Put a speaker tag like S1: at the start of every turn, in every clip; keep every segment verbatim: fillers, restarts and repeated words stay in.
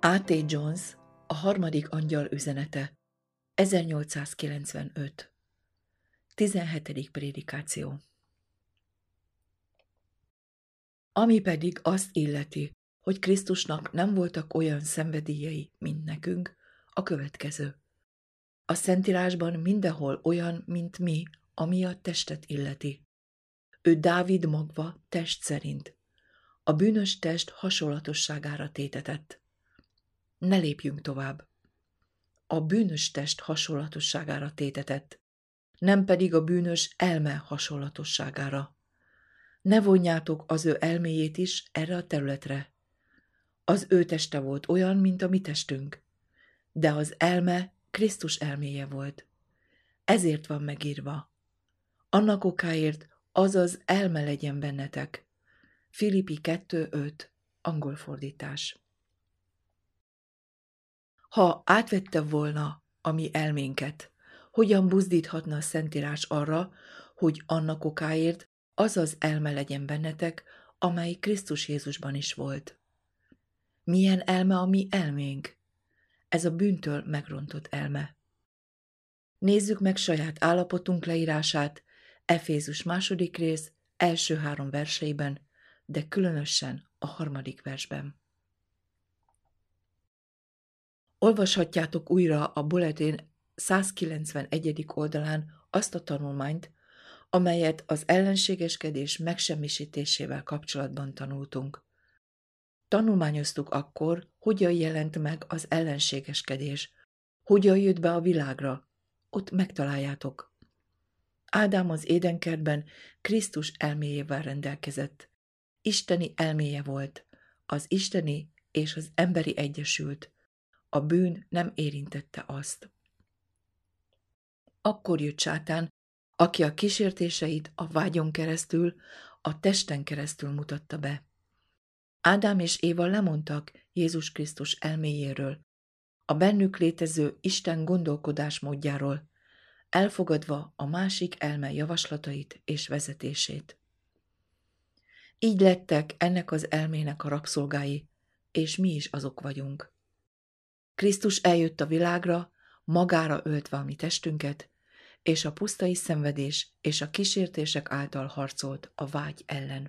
S1: á té Jones, a harmadik angyal üzenete, ezernyolcszázkilencvenöt. tizenhetedik prédikáció. Ami pedig azt illeti, hogy Krisztusnak nem voltak olyan szenvedélyei, mint nekünk, a következő. A Szentírásban mindenhol olyan, mint mi, ami a testet illeti. Ő Dávid magva test szerint. A bűnös test hasonlatosságára tétetett. Ne lépjünk tovább. A bűnös test hasonlatosságára tétetett, nem pedig a bűnös elme hasonlatosságára. Ne vonjátok az ő elméjét is erre a területre. Az ő teste volt olyan, mint a mi testünk, de az elme Krisztus elméje volt. Ezért van megírva. Annak okáért az az elme legyen bennetek. Filippi kettő öt, angol fordítás. Ha átvette volna a mi elménket, hogyan buzdíthatna a Szentírás arra, hogy annak okáért az az elme legyen bennetek, amely Krisztus Jézusban is volt? Milyen elme a mi elménk? Ez a bűntől megrontott elme. Nézzük meg saját állapotunk leírását Efézus második rész első három verseiben, de különösen a harmadik versben. Olvashatjátok újra a bulletin százkilencvenegyedik oldalán azt a tanulmányt, amelyet az ellenségeskedés megsemmisítésével kapcsolatban tanultunk. Tanulmányoztuk akkor, hogyan jelent meg az ellenségeskedés, hogyan jött be a világra. Ott megtaláljátok. Ádám az édenkertben Krisztus elméjével rendelkezett. Isteni elméje volt. Az isteni és az emberi egyesült. A bűn nem érintette azt. Akkor jött sátán, aki a kísértéseit a vágyon keresztül, a testen keresztül mutatta be. Ádám és Éva lemondtak Jézus Krisztus elméjéről, a bennük létező Isten gondolkodásmódjáról, elfogadva a másik elme javaslatait és vezetését. Így lettek ennek az elmének a rabszolgái, és mi is azok vagyunk. Krisztus eljött a világra, magára öltve a mi testünket, és a pusztai szenvedés és a kísértések által harcolt a vágy ellen.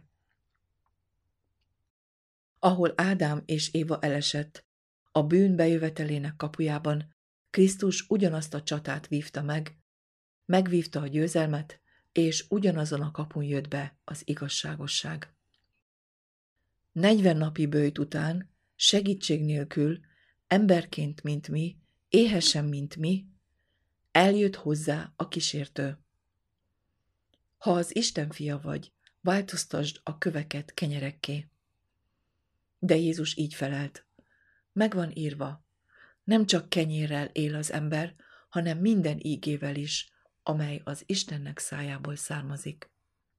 S1: Ahol Ádám és Éva elesett, a bűn bejövetelének kapujában, Krisztus ugyanazt a csatát vívta meg, megvívta a győzelmet, és ugyanazon a kapun jött be az igazságosság. Negyven napi böjt után, segítség nélkül, emberként, mint mi, éhesen, mint mi, eljött hozzá a kísértő. Ha az Isten fia vagy, változtasd a köveket kenyerekké. De Jézus így felelt. Megvan írva, nem csak kenyérrel él az ember, hanem minden ígével is, amely az Istennek szájából származik.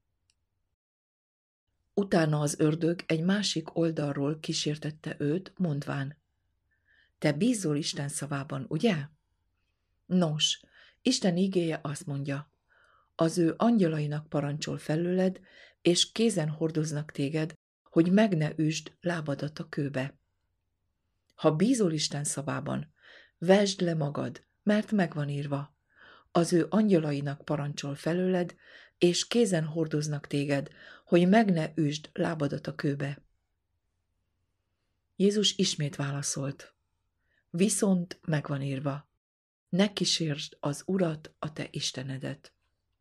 S1: Utána az ördög egy másik oldalról kísértette őt, mondván, te bízol Isten szavában, ugye? Nos, Isten ígéje azt mondja, az ő angyalainak parancsol felőled, és kézen hordoznak téged, hogy meg ne üsd lábadat a kőbe. Ha bízol Isten szavában, vesd le magad, mert megvan írva. Az ő angyalainak parancsol felőled, és kézen hordoznak téged, hogy meg ne üsd lábadat a kőbe. Jézus ismét válaszolt. Viszont megvan írva. Ne kísérsd az Urat, a te Istenedet.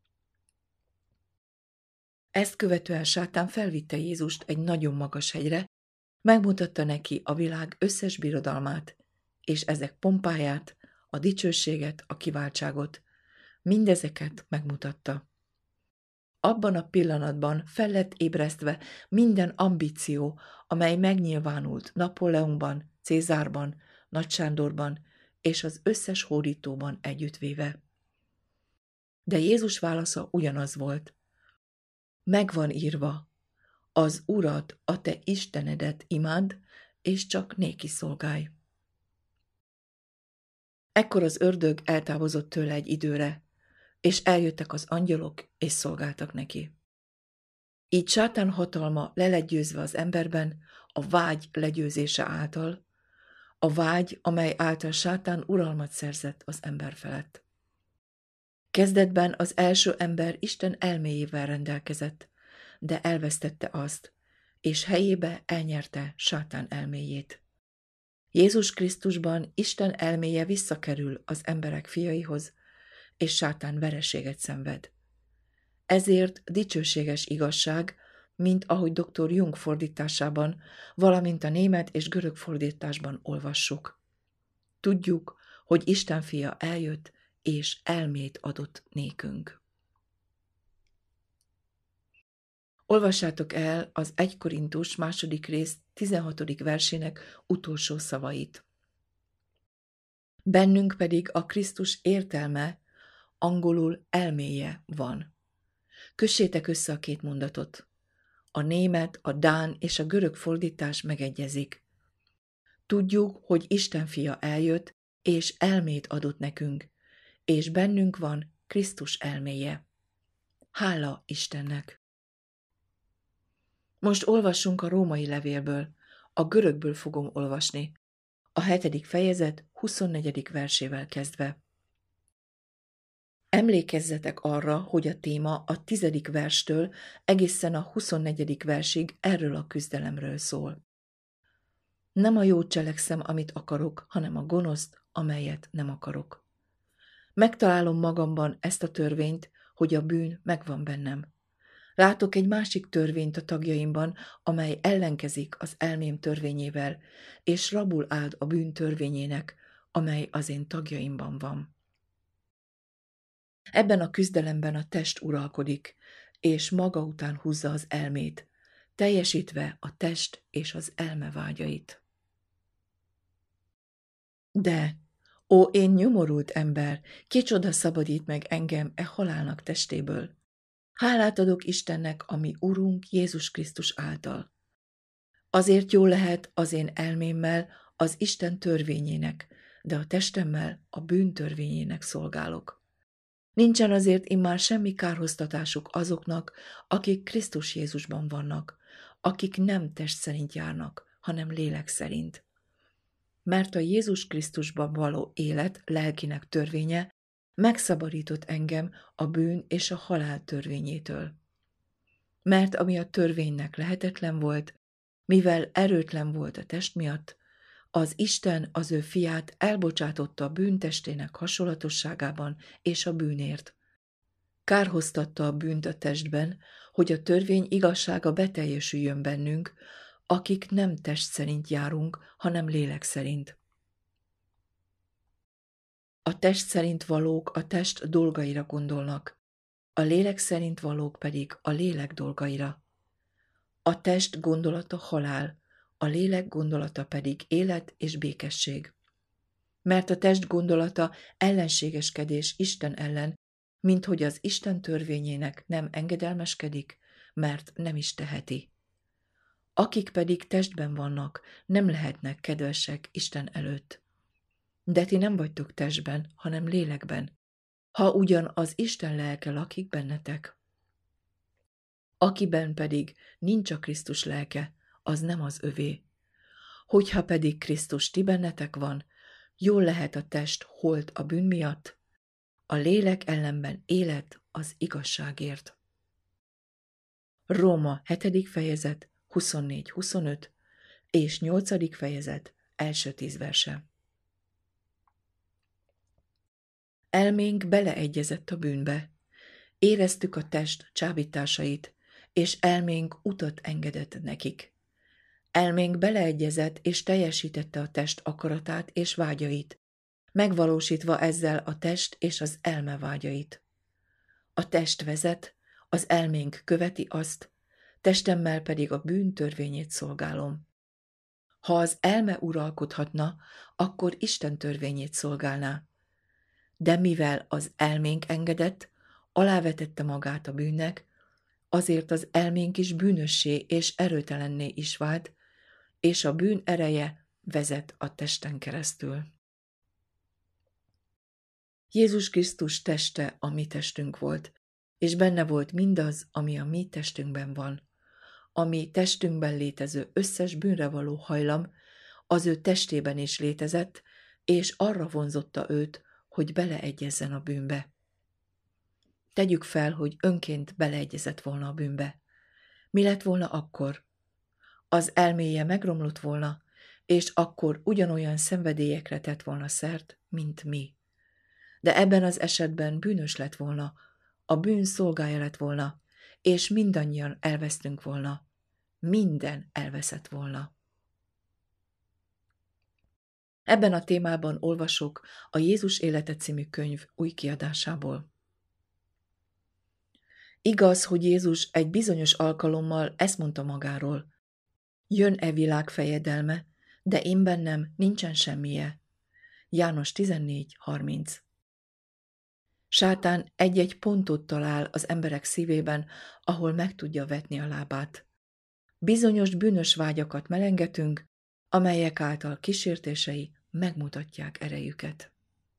S1: Ezt követően sátán felvitte Jézust egy nagyon magas hegyre, megmutatta neki a világ összes birodalmát, és ezek pompáját, a dicsőséget, a kiváltságot, mindezeket megmutatta. Abban a pillanatban fel lett ébresztve minden ambíció, amely megnyilvánult Napóleonban, Cézárban, Nagy Sándorban és az összes hódítóban együttvéve. De Jézus válasza ugyanaz volt. Megvan írva, az Urat, a te Istenedet imádd, és csak néki szolgálj. Ekkor az ördög eltávozott tőle egy időre, és eljöttek az angyalok, és szolgáltak neki. Így sátán hatalma le lett győzve az emberben, a vágy legyőzése által, a vágy, amely által sátán uralmat szerzett az ember felett. Kezdetben az első ember Isten elméjével rendelkezett, de elvesztette azt, és helyébe elnyerte sátán elméjét. Jézus Krisztusban Isten elméje visszakerül az emberek fiaihoz, és sátán vereséget szenved. Ezért dicsőséges igazság, mint ahogy doktor Jung fordításában, valamint a német és görög fordításban olvassuk. Tudjuk, hogy Isten fia eljött, és elmét adott nékünk. Olvassátok el az egy Korintus második rész tizenhatodik versének utolsó szavait. Bennünk pedig a Krisztus értelme, angolul elméje van. Kössétek össze a két mondatot. A német, a dán és a görög fordítás megegyezik. Tudjuk, hogy Isten fia eljött, és elmét adott nekünk, és bennünk van Krisztus elméje. Hála Istennek! Most olvassunk a római levélből, a görögből fogom olvasni, a hetedik fejezet huszonnegyedik versével kezdve. Emlékezzetek arra, hogy a téma a tizedik verstől egészen a huszonnegyedik versig erről a küzdelemről szól. Nem a jót cselekszem, amit akarok, hanem a gonoszt, amelyet nem akarok. Megtalálom magamban ezt a törvényt, hogy a bűn megvan bennem. Látok egy másik törvényt a tagjaimban, amely ellenkezik az elmém törvényével, és rabul áld a bűn törvényének, amely az én tagjaimban van. Ebben a küzdelemben a test uralkodik, és maga után húzza az elmét, teljesítve a test és az elme vágyait. De, ó én nyomorult ember, kicsoda szabadít meg engem e halálnak testéből? Hálát adok Istennek, ami Urunk Jézus Krisztus által. Azért jó lehet az én elmémmel az Isten törvényének, de a testemmel a bűn törvényének szolgálok. Nincsen azért immár semmi kárhoztatásuk azoknak, akik Krisztus Jézusban vannak, akik nem test szerint járnak, hanem lélek szerint. Mert a Jézus Krisztusban való élet lelkinek törvénye megszabadított engem a bűn és a halál törvényétől. Mert ami a törvénynek lehetetlen volt, mivel erőtlen volt a test miatt, az Isten az ő fiát elbocsátotta a bűntestének hasonlatosságában és a bűnért. Kárhoztatta a bűnt a testben, hogy a törvény igazsága beteljesüljön bennünk, akik nem test szerint járunk, hanem lélek szerint. A test szerint valók a test dolgaira gondolnak, a lélek szerint valók pedig a lélek dolgaira. A test gondolata halál, a lélek gondolata pedig élet és békesség. Mert a test gondolata ellenségeskedés Isten ellen, minthogy az Isten törvényének nem engedelmeskedik, mert nem is teheti. Akik pedig testben vannak, nem lehetnek kedvesek Isten előtt. De ti nem vagytok testben, hanem lélekben, ha ugyan az Isten lelke lakik bennetek. Akiben pedig nincs a Krisztus lelke, az nem az övé. Hogyha pedig Krisztus ti bennetek van, jól lehet a test holt a bűn miatt, a lélek ellenben élet az igazságért. Róma hetedik fejezet huszonnégy huszonöt és nyolcadik fejezet első tíz verse. Elménk beleegyezett a bűnbe, éreztük a test csábításait, és elménk utat engedett nekik. Elménk beleegyezett és teljesítette a test akaratát és vágyait, megvalósítva ezzel a test és az elme vágyait. A test vezet, az elménk követi azt, testemmel pedig a bűn törvényét szolgálom. Ha az elme uralkodhatna, akkor Isten törvényét szolgálná. De mivel az elménk engedett, alávetette magát a bűnnek, azért az elménk is bűnössé és erőtelenné is vált, és a bűn ereje vezet a testen keresztül. Jézus Krisztus teste a mi testünk volt, és benne volt mindaz, ami a mi testünkben van. A mi testünkben létező összes bűnre való hajlam, az ő testében is létezett, és arra vonzotta őt, hogy beleegyezzen a bűnbe. Tegyük fel, hogy önként beleegyezett volna a bűnbe. Mi lett volna akkor? Az elméje megromlott volna, és akkor ugyanolyan szenvedélyekre tett volna szert, mint mi. De ebben az esetben bűnös lett volna, a bűn szolgája lett volna, és mindannyian elvesztünk volna. Minden elveszett volna. Ebben a témában olvasok a Jézus élete című könyv új kiadásából. Igaz, hogy Jézus egy bizonyos alkalommal ezt mondta magáról: jön-e világ fejedelme, de én bennem nincsen semmije. János tizennégy harminc. Sátán egy-egy pontot talál az emberek szívében, ahol meg tudja vetni a lábát. Bizonyos bűnös vágyakat melengetünk, amelyek által kísértései megmutatják erejüket.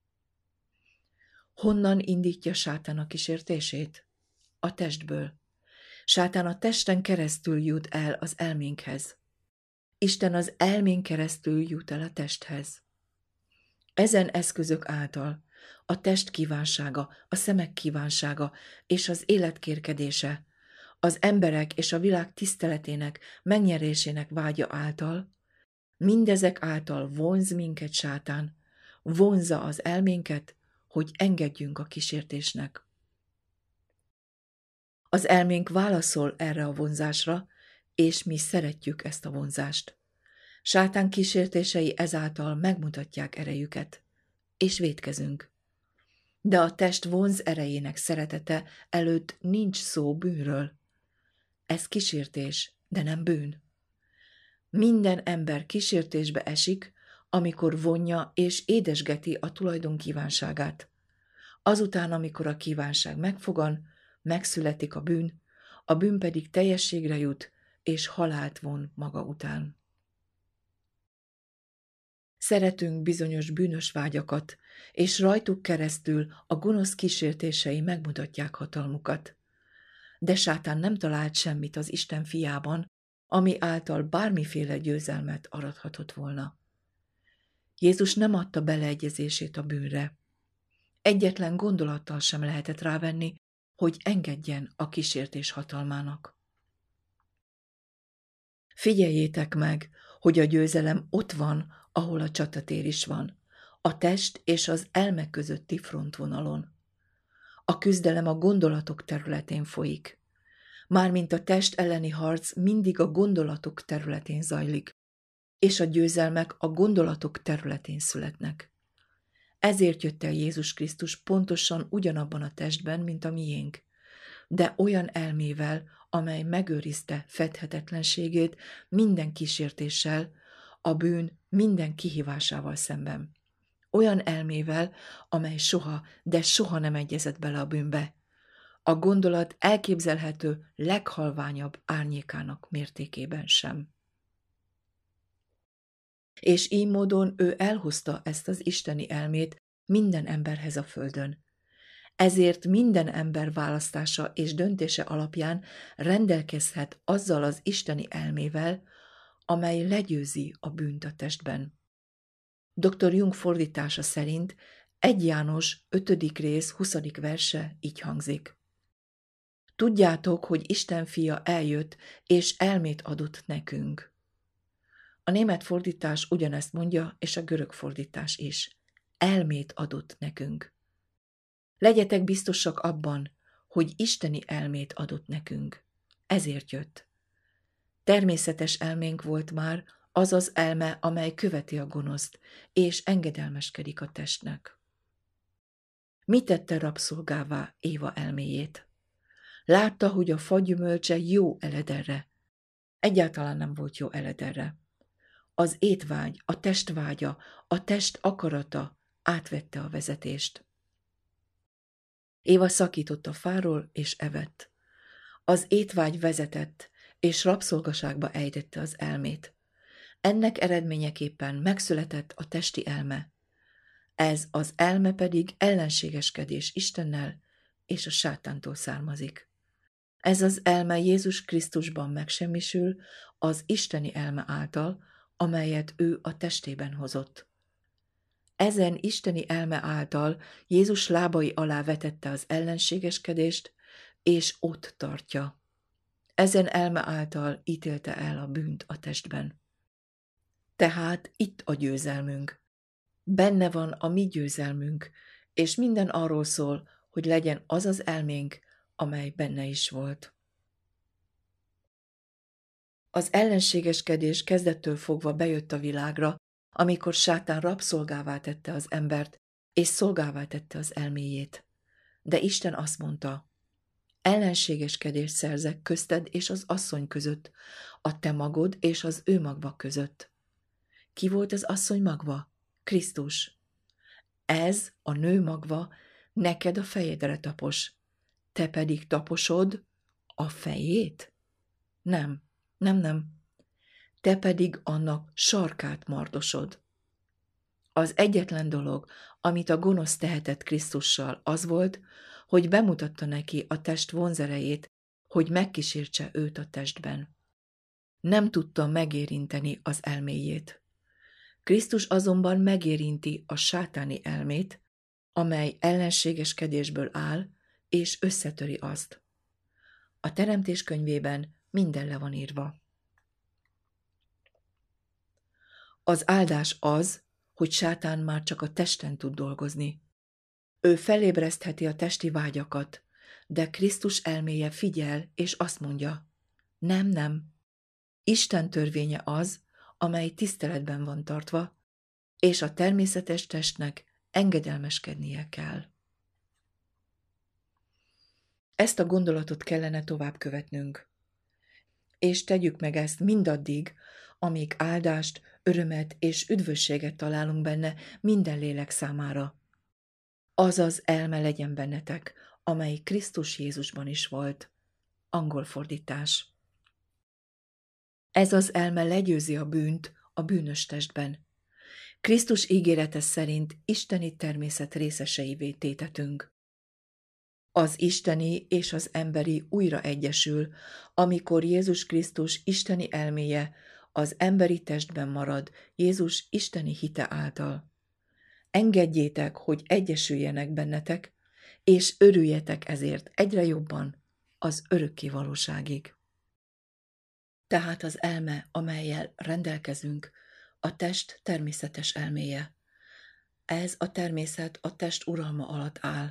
S1: Honnan indítja Sátán a kísértését? A testből. Sátán a testen keresztül jut el az elménkhez. Isten az elmén keresztül jut el a testhez. Ezen eszközök által a test kívánsága, a szemek kívánsága és az életkérkedése, az emberek és a világ tiszteletének, megnyerésének vágya által, mindezek által vonz minket Sátán, vonzza az elménket, hogy engedjünk a kísértésnek. Az elménk válaszol erre a vonzásra, és mi szeretjük ezt a vonzást. Sátán kísértései ezáltal megmutatják erejüket, és vétkezünk. De a test vonz erejének szeretete előtt nincs szó bűnről. Ez kísértés, de nem bűn. Minden ember kísértésbe esik, amikor vonja és édesgeti a tulajdon kívánságát. Azután, amikor a kívánság megfogan, megszületik a bűn, a bűn pedig teljességre jut, és halált von maga után. Szeretünk bizonyos bűnös vágyakat, és rajtuk keresztül a gonosz kísértései megmutatják hatalmukat. De Sátán nem talált semmit az Isten fiában, ami által bármiféle győzelmet arathatott volna. Jézus nem adta beleegyezését a bűnre. Egyetlen gondolattal sem lehetett rávenni, hogy engedjen a kísértés hatalmának. Figyeljétek meg, hogy a győzelem ott van, ahol a csatatér is van, a test és az elme közötti frontvonalon. A küzdelem a gondolatok területén folyik. Mármint a test elleni harc mindig a gondolatok területén zajlik, és a győzelmek a gondolatok területén születnek. Ezért jött el Jézus Krisztus pontosan ugyanabban a testben, mint a miénk, de olyan elmével, amely megőrizte fedhetetlenségét minden kísértéssel, a bűn minden kihívásával szemben. Olyan elmével, amely soha, de soha nem egyezett bele a bűnbe, a gondolat elképzelhető leghalványabb árnyékának mértékében sem. És így módon ő elhozta ezt az isteni elmét minden emberhez a földön. Ezért minden ember választása és döntése alapján rendelkezhet azzal az isteni elmével, amely legyőzi a bűnt a testben. doktor Jung fordítása szerint egy János ötödik rész huszadik verse így hangzik: tudjátok, hogy Isten fia eljött, és elmét adott nekünk. A német fordítás ugyanezt mondja, és a görög fordítás is. Elmét adott nekünk. Legyetek biztosak abban, hogy isteni elmét adott nekünk. Ezért jött. Természetes elménk volt már, az az elme, amely követi a gonoszt, és engedelmeskedik a testnek. Mi tette rabszolgává Éva elméjét? Látta, hogy a fa gyümölcse jó elederre. Egyáltalán nem volt jó elederre. Az étvágy, a testvágya, a test akarata átvette a vezetést. Éva szakított a fáról, és evett. Az étvágy vezetett, és rabszolgaságba ejtette az elmét. Ennek eredményeképpen megszületett a testi elme. Ez az elme pedig ellenségeskedés Istennel és a sátántól származik. Ez az elme Jézus Krisztusban megsemmisül az isteni elme által, amelyet ő a testében hozott. Ezen isteni elme által Jézus lábai alá vetette az ellenségeskedést, és ott tartja. Ezen elme által ítélte el a bűnt a testben. Tehát itt a győzelmünk. Benne van a mi győzelmünk, és minden arról szól, hogy legyen az az elménk, amely benne is volt. Az ellenségeskedés kezdettől fogva bejött a világra, amikor sátán rabszolgává tette az embert, és szolgává tette az elméjét. De Isten azt mondta, ellenségeskedést szerzek közted és az asszony között, a te magod és az ő magva között. Ki volt az asszony magva? Krisztus. Ez, a nő magva, neked a fejedre tapos, te pedig taposod a fejét? Nem, nem, nem. Te pedig annak sarkát mardosod. Az egyetlen dolog, amit a gonosz tehetett Krisztussal, az volt, hogy bemutatta neki a test vonzerejét, hogy megkísértse őt a testben. Nem tudta megérinteni az elméjét. Krisztus azonban megérinti a sátáni elmét, amely ellenségeskedésből áll, és összetöri azt. A Teremtés könyvében minden le van írva. Az áldás az, hogy sátán már csak a testen tud dolgozni. Ő felébresztheti a testi vágyakat, de Krisztus elméje figyel, és azt mondja, nem, nem. Isten törvénye az, amely tiszteletben van tartva, és a természetes testnek engedelmeskednie kell. Ezt a gondolatot kellene tovább követnünk. És tegyük meg ezt mindaddig, amíg áldást, örömet és üdvösséget találunk benne minden lélek számára. Az az elme legyen bennetek, amely Krisztus Jézusban is volt. Angol fordítás. Ez az elme legyőzi a bűnt a bűnös testben. Krisztus ígérete szerint isteni természet részeseivé tétetünk. Az isteni és az emberi újra egyesül, amikor Jézus Krisztus isteni elméje az emberi testben marad Jézus isteni hite által. Engedjétek, hogy egyesüljenek bennetek, és örüljetek ezért egyre jobban az örökké valóságig. Tehát az elme, amellyel rendelkezünk, a test természetes elméje. Ez a természet a test uralma alatt áll.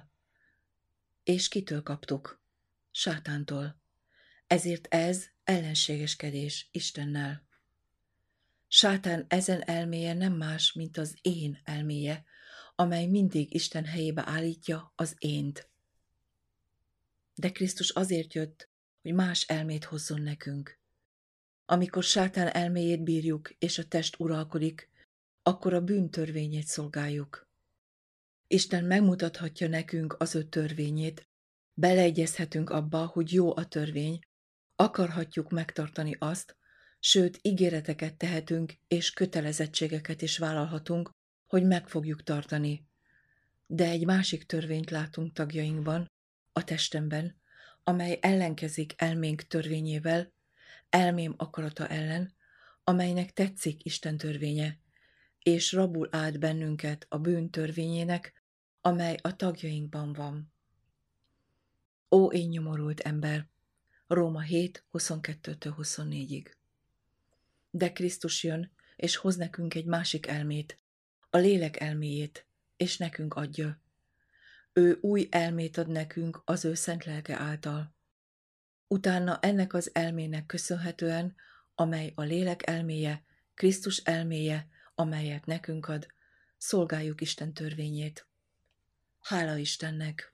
S1: És kitől kaptuk? Sátántól. Ezért ez ellenségeskedés Istennel. Sátán ezen elméje nem más, mint az én elméje, amely mindig Isten helyébe állítja az ént. De Krisztus azért jött, hogy más elmét hozzon nekünk. Amikor sátán elméjét bírjuk, és a test uralkodik, akkor a bűn törvényét szolgáljuk. Isten megmutathatja nekünk az ő törvényét, beleegyezhetünk abba, hogy jó a törvény, akarhatjuk megtartani azt, sőt, ígéreteket tehetünk, és kötelezettségeket is vállalhatunk, hogy meg fogjuk tartani. De egy másik törvényt látunk tagjainkban, a testemben, amely ellenkezik elménk törvényével, elmém akarata ellen, amelynek tetszik Isten törvénye, és rabul át bennünket a bűn törvényének, amely a tagjainkban van. Ó, én nyomorult ember! Róma hét, huszonkettőtől huszonnégyig. De Krisztus jön, és hoz nekünk egy másik elmét, a lélek elméjét, és nekünk adja. Ő új elmét ad nekünk az ő szent lelke által. Utána ennek az elmének köszönhetően, amely a lélek elméje, Krisztus elméje, amelyet nekünk ad, szolgáljuk Isten törvényét. Hála Istennek!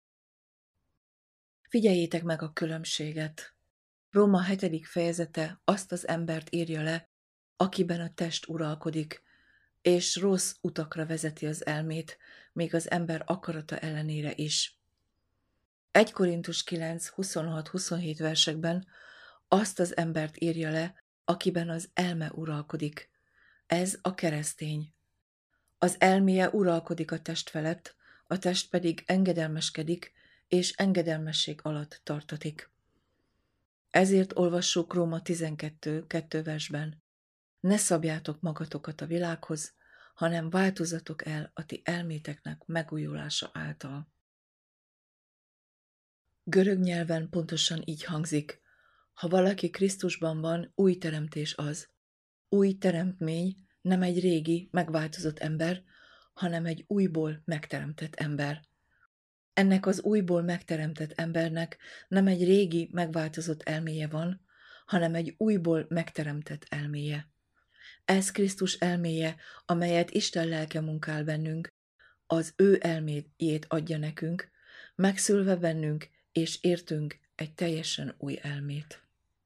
S1: Figyeljétek meg a különbséget. Róma hetedik fejezete azt az embert írja le, akiben a test uralkodik, és rossz utakra vezeti az elmét, még az ember akarata ellenére is. egy Korintus kilenc, huszonhat huszonhét versekben azt az embert írja le, akiben az elme uralkodik. Ez a keresztény. Az elméje uralkodik a test felett, a test pedig engedelmeskedik, és engedelmesség alatt tartatik. Ezért olvassuk Róma tizenkettő, kettő versben. Ne szabjátok magatokat a világhoz, hanem változatok el a ti elméteknek megújulása által. Görög nyelven pontosan így hangzik: ha valaki Krisztusban van, új teremtés az. Új teremtmény nem egy régi, megváltozott ember, hanem egy újból megteremtett ember. Ennek az újból megteremtett embernek nem egy régi, megváltozott elméje van, hanem egy újból megteremtett elméje. Ez Krisztus elméje, amelyet Isten lelke munkál bennünk, az ő elméjét adja nekünk, megszülve bennünk és értünk egy teljesen új elmét.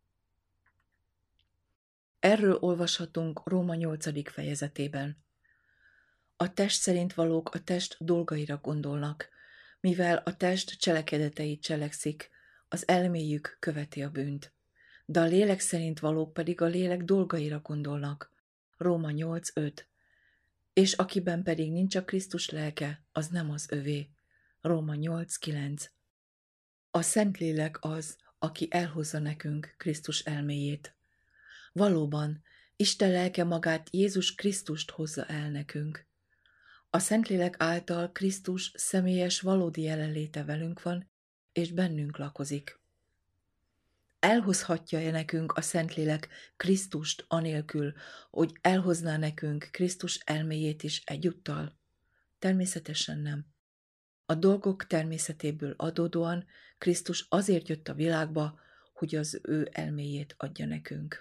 S1: Erről olvashatunk Róma nyolcadik fejezetében. A test szerint valók a test dolgaira gondolnak, mivel a test cselekedeteit cselekszik, az elméjük követi a bűnt. De a lélek szerint valók pedig a lélek dolgaira gondolnak. Róma nyolc öt. És akiben pedig nincs a Krisztus lelke, az nem az övé. Róma nyolc kilenc. A Szentlélek az, aki elhozza nekünk Krisztus elméjét. Valóban, Isten lelke magát, Jézus Krisztust hozza el nekünk. A Szentlélek által Krisztus személyes valódi jelenléte velünk van, és bennünk lakozik. Elhozhatja-e nekünk a Szentlélek Krisztust anélkül, hogy elhozná nekünk Krisztus elméjét is egyúttal? Természetesen nem. A dolgok természetéből adódóan Krisztus azért jött a világba, hogy az ő elméjét adja nekünk.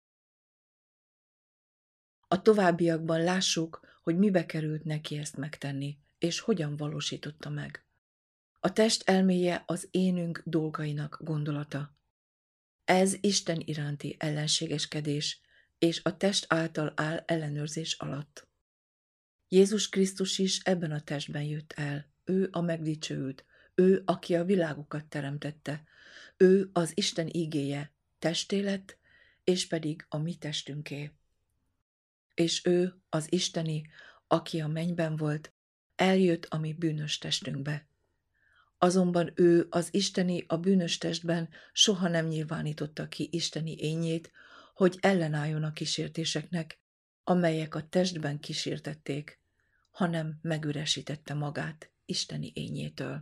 S1: A továbbiakban lássuk, hogy mibe került neki ezt megtenni, és hogyan valósította meg. A test elméje az énünk dolgainak gondolata. Ez Isten iránti ellenségeskedés, és a test által áll ellenőrzés alatt. Jézus Krisztus is ebben a testben jött el. Ő a megdicsőült, ő, aki a világokat teremtette. Ő az Isten ígéje, testé lett, és pedig a mi testünké. És ő, az isteni, aki a mennyben volt, eljött a mi bűnös testünkbe. Azonban ő, az isteni, a bűnös testben soha nem nyilvánította ki isteni énjét, hogy ellenálljon a kísértéseknek, amelyek a testben kísértették, hanem megüresítette magát isteni énjétől.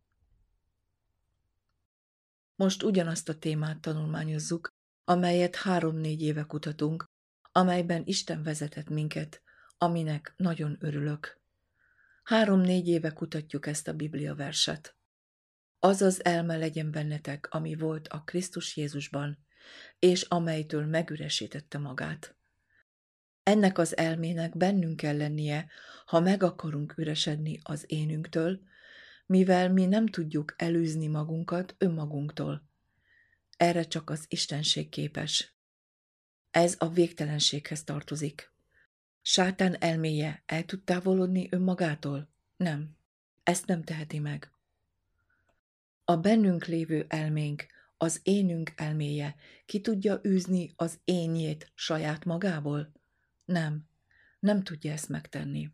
S1: Most ugyanazt a témát tanulmányozzuk, amelyet három-négy éve kutatunk, amelyben Isten vezetett minket, aminek nagyon örülök. Három-négy éve kutatjuk ezt a Biblia verset. Az az elme legyen bennetek, ami volt a Krisztus Jézusban, és amelytől megüresítette magát. Ennek az elmének bennünk kell lennie, ha meg akarunk üresedni az énünktől, mivel mi nem tudjuk elűzni magunkat önmagunktól. Erre csak az Istenség képes. Ez a végtelenséghez tartozik. Sátán elméje el tud távolodni önmagától? Nem. Ezt nem teheti meg. A bennünk lévő elménk, az énünk elméje ki tudja űzni az énjét saját magából? Nem. Nem tudja ezt megtenni.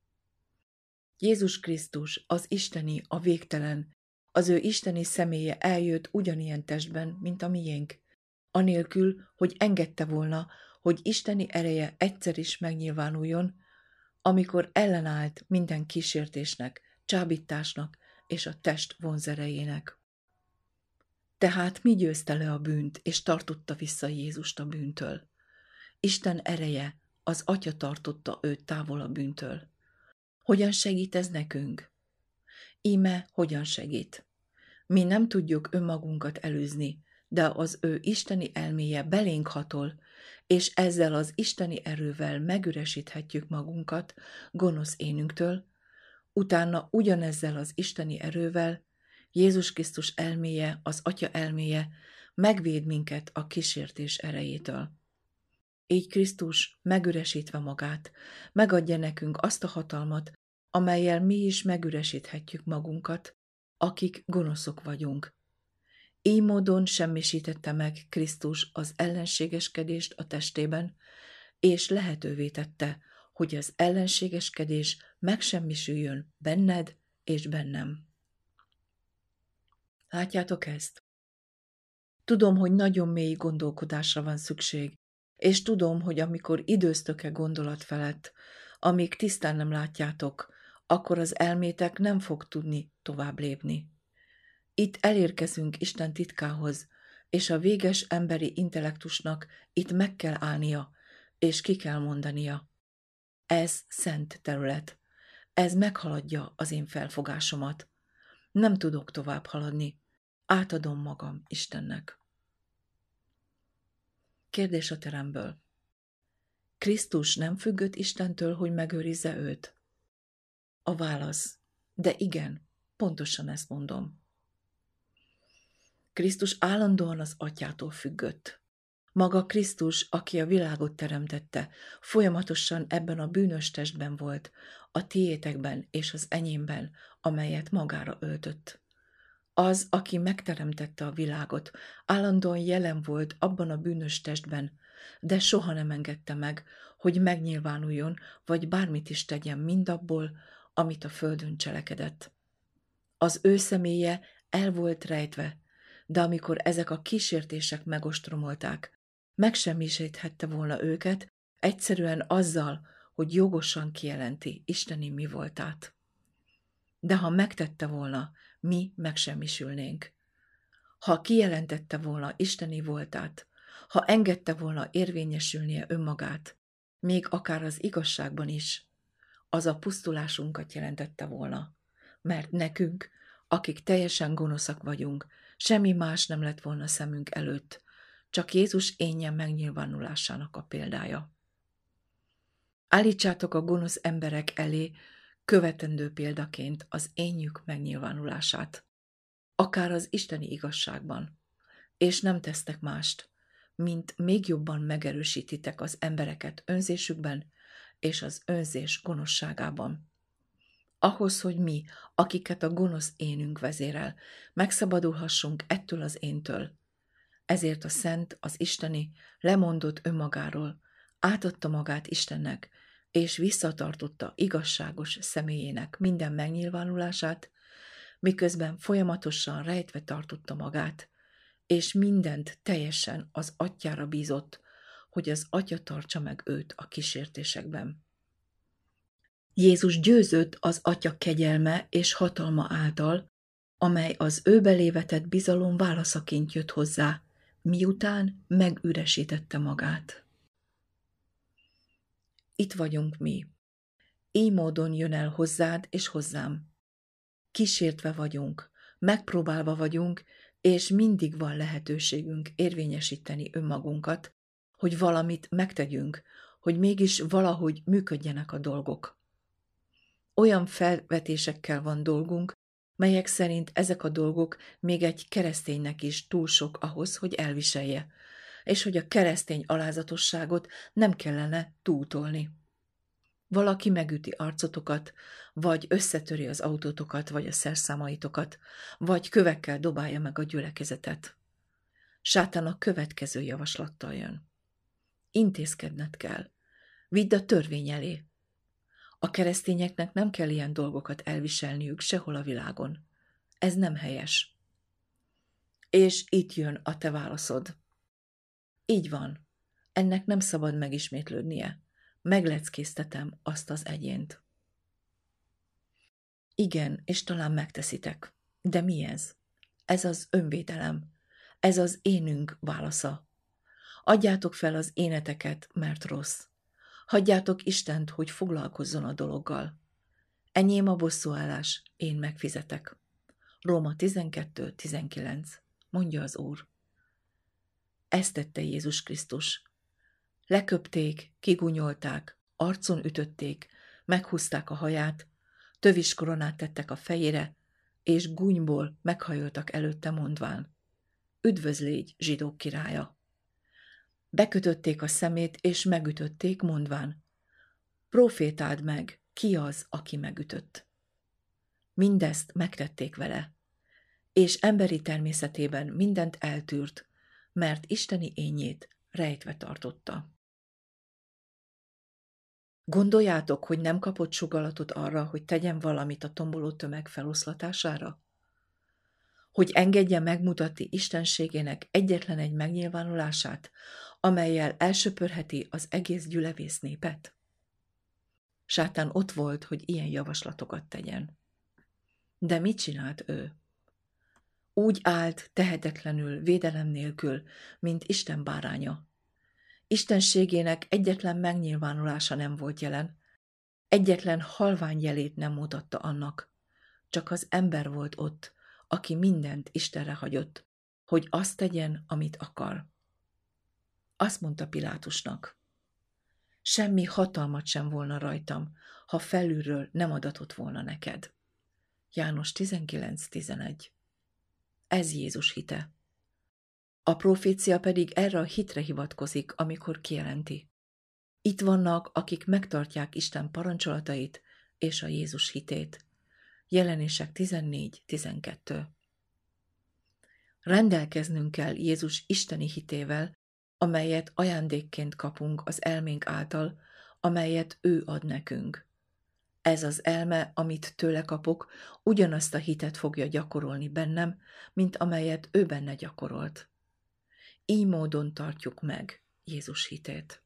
S1: Jézus Krisztus, az isteni, a végtelen, az ő isteni személye eljött ugyanilyen testben, mint a miénk, anélkül, hogy engedte volna, hogy isteni ereje egyszer is megnyilvánuljon, amikor ellenállt minden kísértésnek, csábításnak és a test vonzerejének. Tehát mi győzte le a bűnt, és tartotta vissza Jézust a bűntől? Isten ereje, az Atya tartotta őt távol a bűntől. Hogyan segít ez nekünk? Íme hogyan segít? Mi nem tudjuk önmagunkat elűzni, de az ő isteni elméje belénk hatol, és ezzel az isteni erővel megüresíthetjük magunkat gonosz énünktől, utána ugyanezzel az isteni erővel Jézus Krisztus elméje, az Atya elméje megvéd minket a kísértés erejétől. Így Krisztus megüresítve magát, megadja nekünk azt a hatalmat, amellyel mi is megüresíthetjük magunkat, akik gonoszok vagyunk. Így módon semmisítette meg Krisztus az ellenségeskedést a testében, és lehetővé tette, hogy az ellenségeskedés megsemmisüljön benned és bennem. Látjátok ezt? Tudom, hogy nagyon mély gondolkodásra van szükség, És tudom, hogy amikor időztök-e gondolat felett, amíg tisztán nem látjátok, akkor az elmétek nem fog tudni tovább lépni. Itt elérkezünk Isten titkához, és a véges emberi intellektusnak itt meg kell állnia, és ki kell mondania. Ez szent terület. Ez meghaladja az én felfogásomat. Nem tudok tovább haladni. Átadom magam Istennek. Kérdés a teremből. Krisztus nem függött Istentől, hogy megőrizze őt? A válasz. De igen, pontosan ezt mondom. Krisztus állandóan az Atyától függött. Maga Krisztus, aki a világot teremtette, folyamatosan ebben a bűnös testben volt, a tiétekben és az enyémben, amelyet magára öltött. Az, aki megteremtette a világot, állandóan jelen volt abban a bűnös testben, de soha nem engedte meg, hogy megnyilvánuljon, vagy bármit is tegyen mindabból, amit a földön cselekedett. Az ő személye el volt rejtve, de amikor ezek a kísértések megostromolták, megsemmisíthette volna őket egyszerűen azzal, hogy jogosan kijelenti isteni mi voltát. De ha megtette volna, mi megsemmisülnénk. Ha kijelentette volna isteni voltát, ha engedte volna érvényesülnie önmagát, még akár az igazságban is, az a pusztulásunkat jelentette volna, mert nekünk, akik teljesen gonoszak vagyunk, semmi más nem lett volna szemünk előtt, csak Jézus énje megnyilvánulásának a példája. Állítsátok a gonosz emberek elé követendő példaként az énjük megnyilvánulását, akár az isteni igazságban, és nem tesztek mást, mint még jobban megerősítitek az embereket önzésükben és az önzés gonoszságában. Ahhoz, hogy mi, akiket a gonosz énünk vezérel, megszabadulhassunk ettől az éntől. Ezért a szent, az isteni lemondott önmagáról, átadta magát Istennek, és visszatartotta igazságos személyének minden megnyilvánulását, miközben folyamatosan rejtve tartotta magát, és mindent teljesen az Atyára bízott, hogy az Atya tartsa meg őt a kísértésekben. Jézus győzött az Atya kegyelme és hatalma által, amely az ő belé vetett bizalom válaszaként jött hozzá, miután megüresítette magát. Itt vagyunk mi. Így módon jön el hozzád és hozzám. Kísértve vagyunk, megpróbálva vagyunk, és mindig van lehetőségünk érvényesíteni önmagunkat, hogy valamit megtegyünk, hogy mégis valahogy működjenek a dolgok. Olyan felvetésekkel van dolgunk, melyek szerint ezek a dolgok még egy kereszténynek is túl sok ahhoz, hogy elviselje, és hogy a keresztény alázatosságot nem kellene túltolni. Valaki megüti arcotokat, vagy összetöri az autótokat, vagy a szerszámaitokat, vagy kövekkel dobálja meg a gyülekezetet. Sátán a következő javaslattal jön. Intézkedned kell. Vidd a törvény elé. A keresztényeknek nem kell ilyen dolgokat elviselniük sehol a világon. Ez nem helyes. És itt jön a te válaszod. Így van. Ennek nem szabad megismétlődnie. Megleckéztetem azt az egyént. Igen, és talán megteszitek. De mi ez? Ez az önvédelem. Ez az énünk válasza. Adjátok fel az éneteket, mert rossz. Hagyjátok Istent, hogy foglalkozzon a dologgal. Enyém a bosszúállás, én megfizetek. Róma tizenkettő tizenkilenc, mondja az Úr. Ezt tette Jézus Krisztus. Leköpték, kigunyolták, arcon ütötték, meghúzták a haját, tövis koronát tettek a fejére, és gúnyból meghajoltak előtte mondván. Üdvözlégy, zsidók királya! Bekötötték a szemét, és megütötték, mondván. Profétáld meg, ki az, aki megütött. Mindezt megtették vele, és emberi természetében mindent eltűrt, mert isteni énjét rejtve tartotta. Gondoljátok, hogy nem kapott sugalatot arra, hogy tegyen valamit a tomboló tömeg feloszlatására? hogy engedje megmutatni istenségének egyetlen egy megnyilvánulását, amellyel elsöpörheti az egész gyülevész népet? Sátán ott volt, hogy ilyen javaslatokat tegyen. De mit csinált ő? Úgy állt tehetetlenül, védelem nélkül, mint Isten báránya. Istenségének egyetlen megnyilvánulása nem volt jelen, egyetlen halvány jelét nem mutatta annak, csak az ember volt ott, aki mindent Istenre hagyott, hogy azt tegyen, amit akar. Azt mondta Pilátusnak: semmi hatalmat sem volna rajtam, ha felülről nem adatott volna neked. János tizenkilenc tizenegy. Ez Jézus hite. A profécia pedig erre a hitre hivatkozik, amikor kijelenti: itt vannak, akik megtartják Isten parancsolatait és a Jézus hitét. Jelenések tizennégy tizenkettő. Rendelkeznünk kell Jézus isteni hitével, amelyet ajándékként kapunk az elménk által, amelyet ő ad nekünk. Ez az elme, amit tőle kapok, ugyanazt a hitet fogja gyakorolni bennem, mint amelyet ő benne gyakorolt. Így módon tartjuk meg Jézus hitét.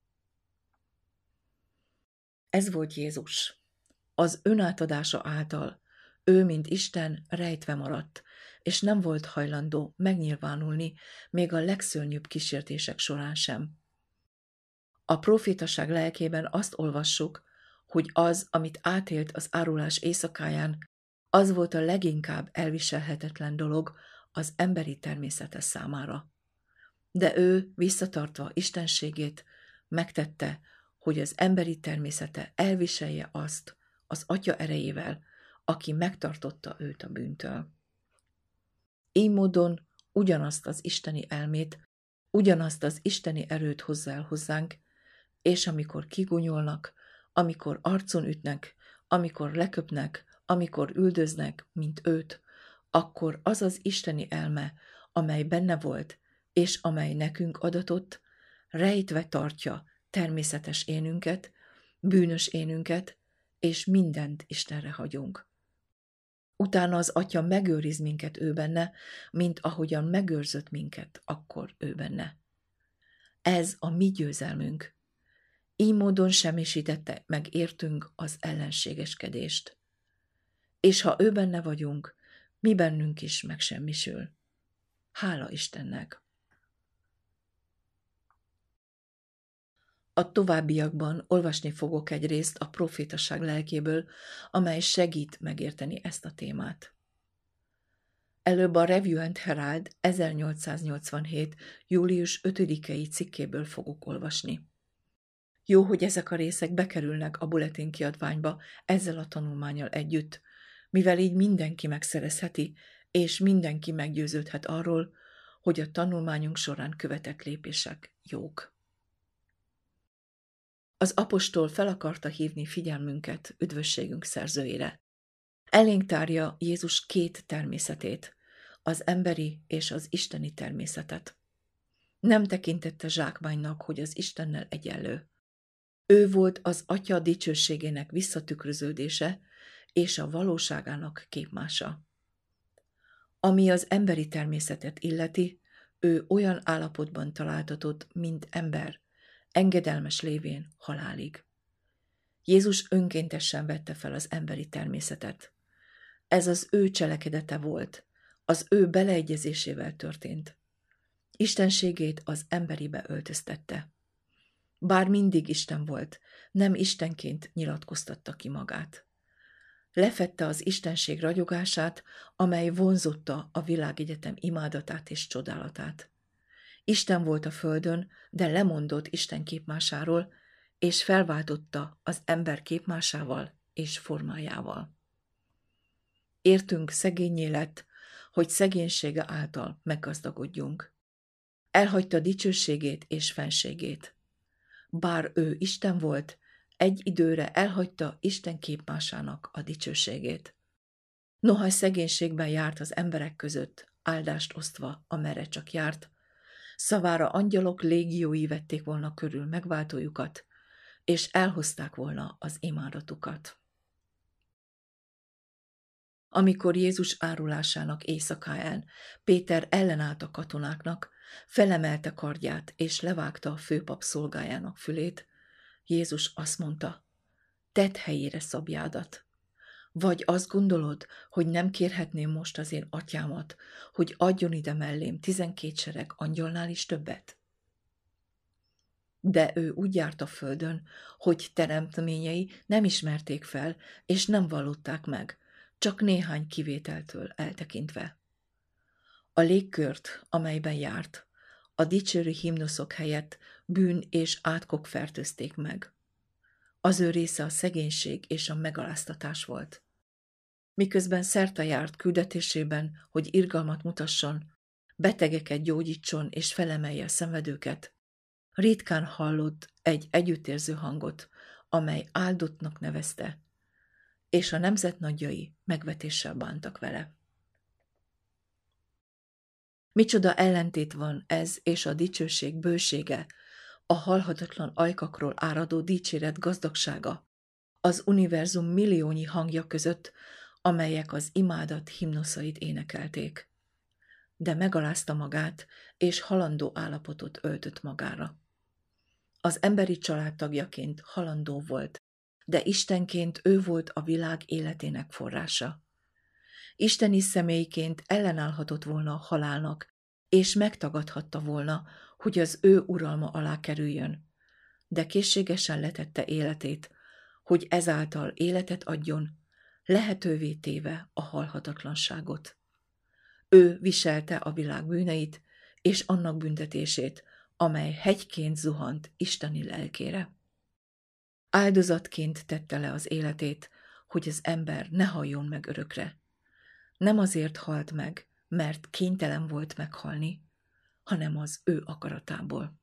S1: Ez volt Jézus. Az önátadása által ő, mint Isten, rejtve maradt, és nem volt hajlandó megnyilvánulni még a legszörnyűbb kísértések során sem. A profétaság lelkében azt olvassuk, hogy az, amit átélt az árulás éjszakáján, az volt a leginkább elviselhetetlen dolog az emberi természete számára. De ő, visszatartva istenségét, megtette, hogy az emberi természete elviselje azt az Atya erejével, aki megtartotta őt a bűntől. Így módon ugyanazt az isteni elmét, ugyanazt az isteni erőt hozza el hozzánk, és amikor kigunyolnak, amikor arcon ütnek, amikor leköpnek, amikor üldöznek, mint őt, akkor az az isteni elme, amely benne volt, és amely nekünk adatott, rejtve tartja természetes énünket, bűnös énünket, és mindent Istenre hagyunk. Utána az Atya megőriz minket ő benne, mint ahogyan megőrzött minket akkor ő benne. Ez a mi győzelmünk. Így módon semmisítette meg értünk az ellenségeskedést. És ha ő benne vagyunk, mi bennünk is megsemmisül. Hála Istennek! A továbbiakban olvasni fogok egy részt a profétaság lelkéből, amely segít megérteni ezt a témát. Előbb a Review and Herald ezernyolcszáznyolcvanhét. július ötödikei cikkéből fogok olvasni. Jó, hogy ezek a részek bekerülnek a bulletin kiadványba ezzel a tanulmánnyal együtt, mivel így mindenki megszerezheti, és mindenki meggyőződhet arról, hogy a tanulmányunk során követett lépések jók. Az apostol fel akarta hívni figyelmünket üdvösségünk szerzőjére. Elénk tárja Jézus két természetét, az emberi és az isteni természetet. Nem tekintette zsákmánynak, hogy az Istennel egyenlő. Ő volt az Atya dicsőségének visszatükröződése és a valóságának képmása. Ami az emberi természetet illeti, ő olyan állapotban találtatott, mint ember, engedelmes lévén halálig. Jézus önkéntesen vette fel az emberi természetet. Ez az ő cselekedete volt, az ő beleegyezésével történt. Istenségét az emberibe öltöztette. Bár mindig Isten volt, nem istenként nyilatkoztatta ki magát. Lefedte az istenség ragyogását, amely vonzotta a világegyetem imádatát és csodálatát. Isten volt a földön, de lemondott Isten képmásáról, és felváltotta az ember képmásával és formájával. Értünk szegénnyé lett, hogy szegénysége által meggazdagodjunk. Elhagyta dicsőségét és fenségét. Bár ő Isten volt, egy időre elhagyta Isten képmásának a dicsőségét. Noha szegénységben járt az emberek között, áldást osztva, amerre csak járt, szavára angyalok légiói vették volna körül megváltójukat, és elhozták volna az imádatukat. Amikor Jézus árulásának éjszakáján Péter ellenállt a katonáknak, felemelte kardját és levágta a főpap szolgájának fülét, Jézus azt mondta, tedd helyére szabjádat. Vagy azt gondolod, hogy nem kérhetném most az én atyámat, hogy adjon ide mellém tizenkét sereg angyalnál is többet? De ő úgy járt a földön, hogy teremtményei nem ismerték fel, és nem vallották meg, csak néhány kivételtől eltekintve. A légkört, amelyben járt, a dicsőrű himnuszok helyett bűn és átkok fertőzték meg. Az ő része a szegénység és a megaláztatás volt. Miközben szerte járt küldetésében, hogy irgalmat mutasson, betegeket gyógyítson és felemelje a szenvedőket, ritkán hallott egy együttérző hangot, amely áldottnak nevezte, és a nemzet nagyjai megvetéssel bántak vele. Micsoda ellentét van ez és a dicsőség bősége, a halhatatlan ajkakról áradó dicséret gazdagsága, az univerzum milliónyi hangja között, amelyek az imádat himnuszait énekelték. De megalázta magát, és halandó állapotot öltött magára. Az emberi családtagjaként halandó volt, de Istenként ő volt a világ életének forrása. Isteni személyként ellenállhatott volna a halálnak, és megtagadhatta volna, hogy az ő uralma alá kerüljön, de készségesen letette életét, hogy ezáltal életet adjon, lehetővé téve a halhatatlanságot. Ő viselte a világ bűneit és annak büntetését, amely hegyként zuhant isteni lelkére. Áldozatként tette le az életét, hogy az ember ne halljon meg örökre. Nem azért halt meg, mert kénytelen volt meghalni, hanem az ő akaratából.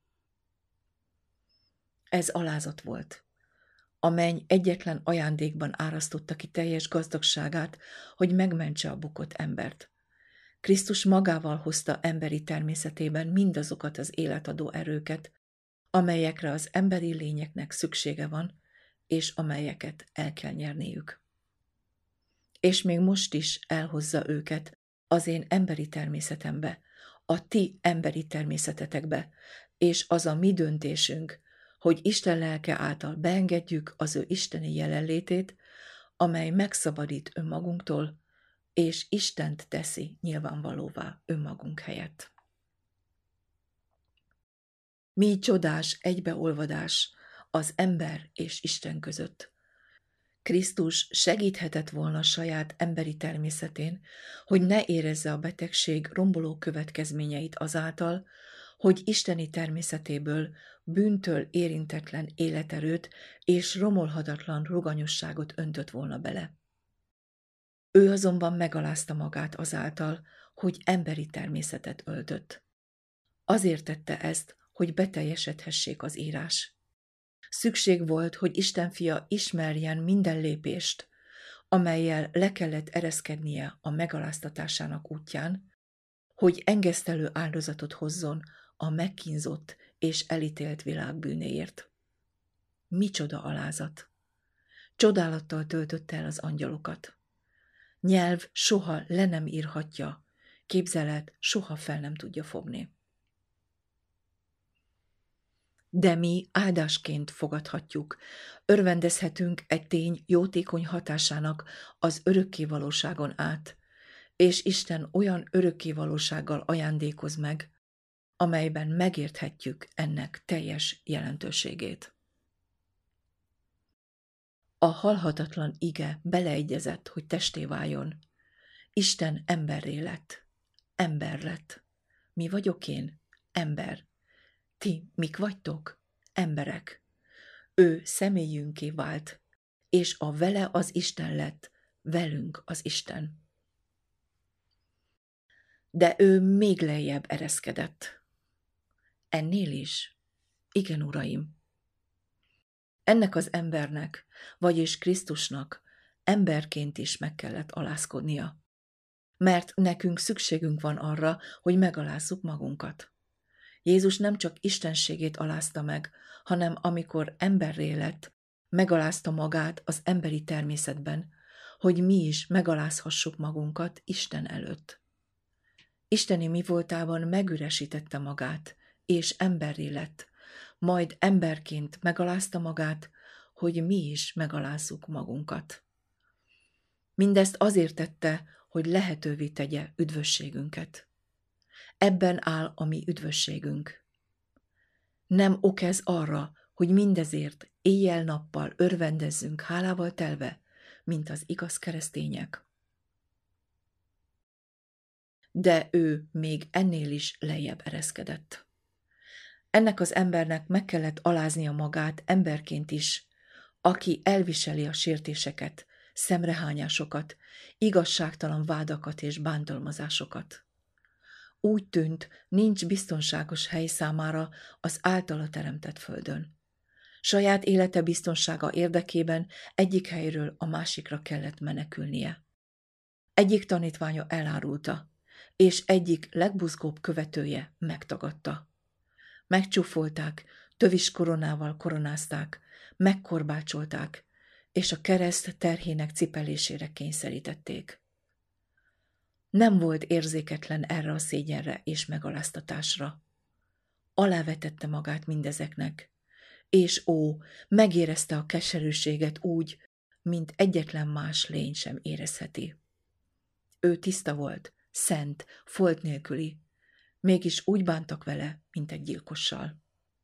S1: Ez alázat volt. A menny egyetlen ajándékban árasztotta ki teljes gazdagságát, hogy megmentse a bukott embert. Krisztus magával hozta emberi természetében mindazokat az életadó erőket, amelyekre az emberi lényeknek szüksége van, és amelyeket el kell nyerniük. És még most is elhozza őket az én emberi természetembe, a ti emberi természetetekbe, és az a mi döntésünk, hogy Isten lelke által beengedjük az ő isteni jelenlétét, amely megszabadít önmagunktól, és Istent teszi nyilvánvalóvá önmagunk helyett. Mi csodás egybeolvadás az ember és Isten között. Krisztus segíthetett volna saját emberi természetén, hogy ne érezze a betegség romboló következményeit azáltal, hogy isteni természetéből bűntől érintetlen életerőt és romolhatatlan ruganyosságot öntött volna bele. Ő azonban megalázta magát azáltal, hogy emberi természetet öltött. Azért tette ezt, hogy beteljesedhessék az írás. Szükség volt, hogy Isten fia ismerjen minden lépést, amellyel le kellett ereszkednie a megaláztatásának útján, hogy engesztelő áldozatot hozzon a megkínzott és elítélt világ bűnéért. Micsoda alázat! Csodálattal töltötte el az angyalokat. Nyelv soha le nem írhatja, képzelet soha fel nem tudja fogni. De mi áldásként fogadhatjuk, örvendezhetünk egy tény jótékony hatásának az örökkévalóságon át, és Isten olyan örökkévalósággal ajándékoz meg, amelyben megérthetjük ennek teljes jelentőségét. A halhatatlan ige beleegyezett, hogy testé váljon. Isten emberré lett. Ember lett. Mi vagyok én? Ember. Ti mik vagytok? Emberek. Ő személyünké vált, és a vele az Isten lett, velünk az Isten. De ő még lejjebb ereszkedett. Ennél is? Igen, uraim. Ennek az embernek, vagyis Krisztusnak emberként is meg kellett alázkodnia. Mert nekünk szükségünk van arra, hogy megalázzuk magunkat. Jézus nem csak istenségét alázta meg, hanem amikor emberré lett, megalázta magát az emberi természetben, hogy mi is megalázhassuk magunkat Isten előtt. Isteni mi voltában megüresítette magát, és emberré lett, majd emberként megalázta magát, hogy mi is megalázzuk magunkat. Mindezt azért tette, hogy lehetővé tegye üdvösségünket. Ebben áll a mi üdvösségünk. Nem ok ez arra, hogy mindezért éjjel-nappal örvendezzünk hálával telve, mint az igaz keresztények. De ő még ennél is lejjebb ereszkedett. Ennek az embernek meg kellett aláznia magát emberként is, aki elviseli a sértéseket, szemrehányásokat, igazságtalan vádakat és bántalmazásokat. Úgy tűnt, nincs biztonságos hely számára az általa teremtett földön. Saját élete biztonsága érdekében egyik helyről a másikra kellett menekülnie. Egyik tanítványa elárulta, és egyik legbuzgóbb követője megtagadta. Megcsúfolták, tövis koronával koronázták, megkorbácsolták, és a kereszt terhének cipelésére kényszerítették. Nem volt érzéketlen erre a szégyenre és megaláztatásra. Alávetette magát mindezeknek, és ó, megérezte a keserűséget úgy, mint egyetlen más lény sem érezheti. Ő tiszta volt, szent, folt nélküli, mégis úgy bántak vele, mint egy gyilkossal.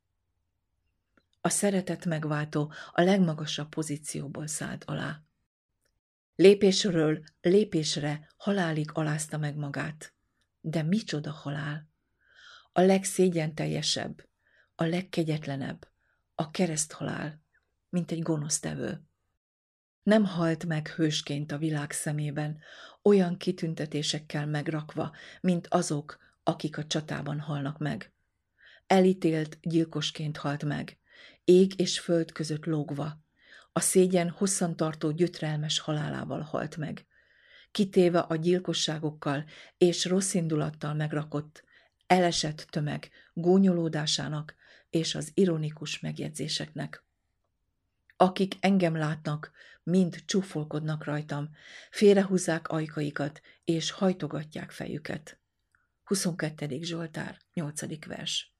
S1: A szeretet megváltó a legmagasabb pozícióból szállt alá. Lépésről lépésre halálig alázta meg magát. De micsoda halál! A legszégyenteljesebb, a legkegyetlenebb, a kereszthalál, mint egy gonosztevő. Nem halt meg hősként a világ szemében, olyan kitüntetésekkel megrakva, mint azok, akik a csatában halnak meg. Elítélt gyilkosként halt meg, ég és föld között lógva, a szégyen hosszantartó gyötrelmes halálával halt meg, kitéve a gyilkosságokkal és rosszindulattal megrakott, elesett tömeg gúnyolódásának és az ironikus megjegyzéseknek. Akik engem látnak, mind csúfolkodnak rajtam, félrehúzzák ajkaikat és hajtogatják fejüket. huszonkettedik Zsoltár, nyolcadik vers.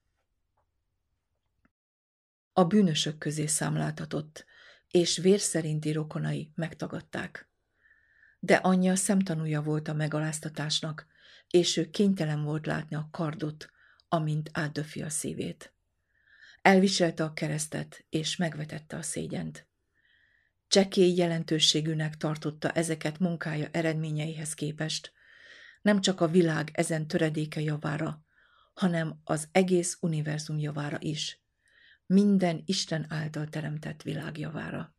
S1: A bűnösök közé számláltatott, és vér szerinti rokonai megtagadták. De anyja szemtanúja volt a megaláztatásnak, és ő kénytelen volt látni a kardot, amint átdöfi a szívét. Elviselte a keresztet, és megvetette a szégyent. Csekély jelentőségűnek tartotta ezeket munkája eredményeihez képest, nem csak a világ ezen töredéke javára, hanem az egész univerzum javára is, minden Isten által teremtett világ javára.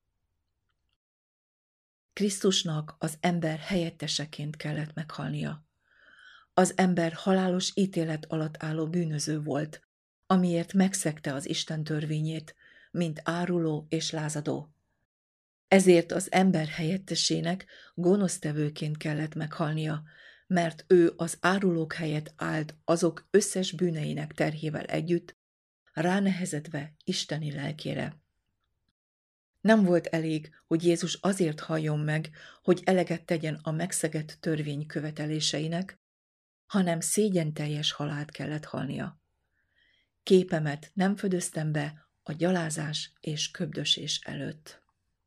S1: Krisztusnak az ember helyetteseként kellett meghalnia. Az ember halálos ítélet alatt álló bűnöző volt, amiért megszegte az Isten törvényét, mint áruló és lázadó. Ezért az ember helyettesének gonosztevőként kellett meghalnia, mert ő az árulók helyett állt azok összes bűneinek terhével együtt, ránehezedve isteni lelkére. Nem volt elég, hogy Jézus azért halljon meg, hogy eleget tegyen a megszegett törvény követeléseinek, hanem szégyenteljes halált kellett halnia. Képemet nem födöztem be a gyalázás és köbdösés előtt.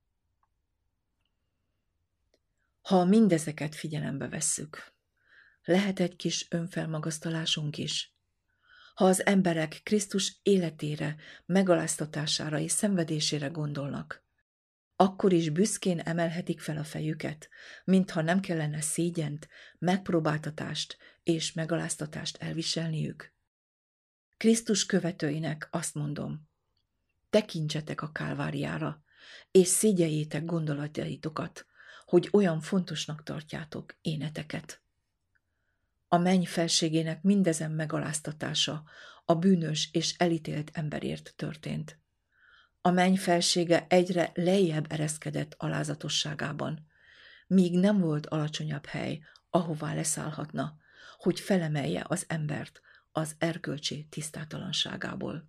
S1: Ha mindezeket figyelembe vesszük, lehet egy kis önfelmagasztalásunk is. Ha az emberek Krisztus életére, megaláztatására és szenvedésére gondolnak, akkor is büszkén emelhetik fel a fejüket, mintha nem kellene szégyent, megpróbáltatást és megaláztatást elviselniük. Krisztus követőinek azt mondom, tekintsetek a Kálváriára, és szégyeljétek gondolataitokat, hogy olyan fontosnak tartjátok éneteket. A menny felségének mindezen megaláztatása a bűnös és elítélt emberért történt. A menny felsége egyre lejjebb ereszkedett alázatosságában, míg nem volt alacsonyabb hely, ahová leszállhatna, hogy felemelje az embert az erkölcsi tisztátalanságából.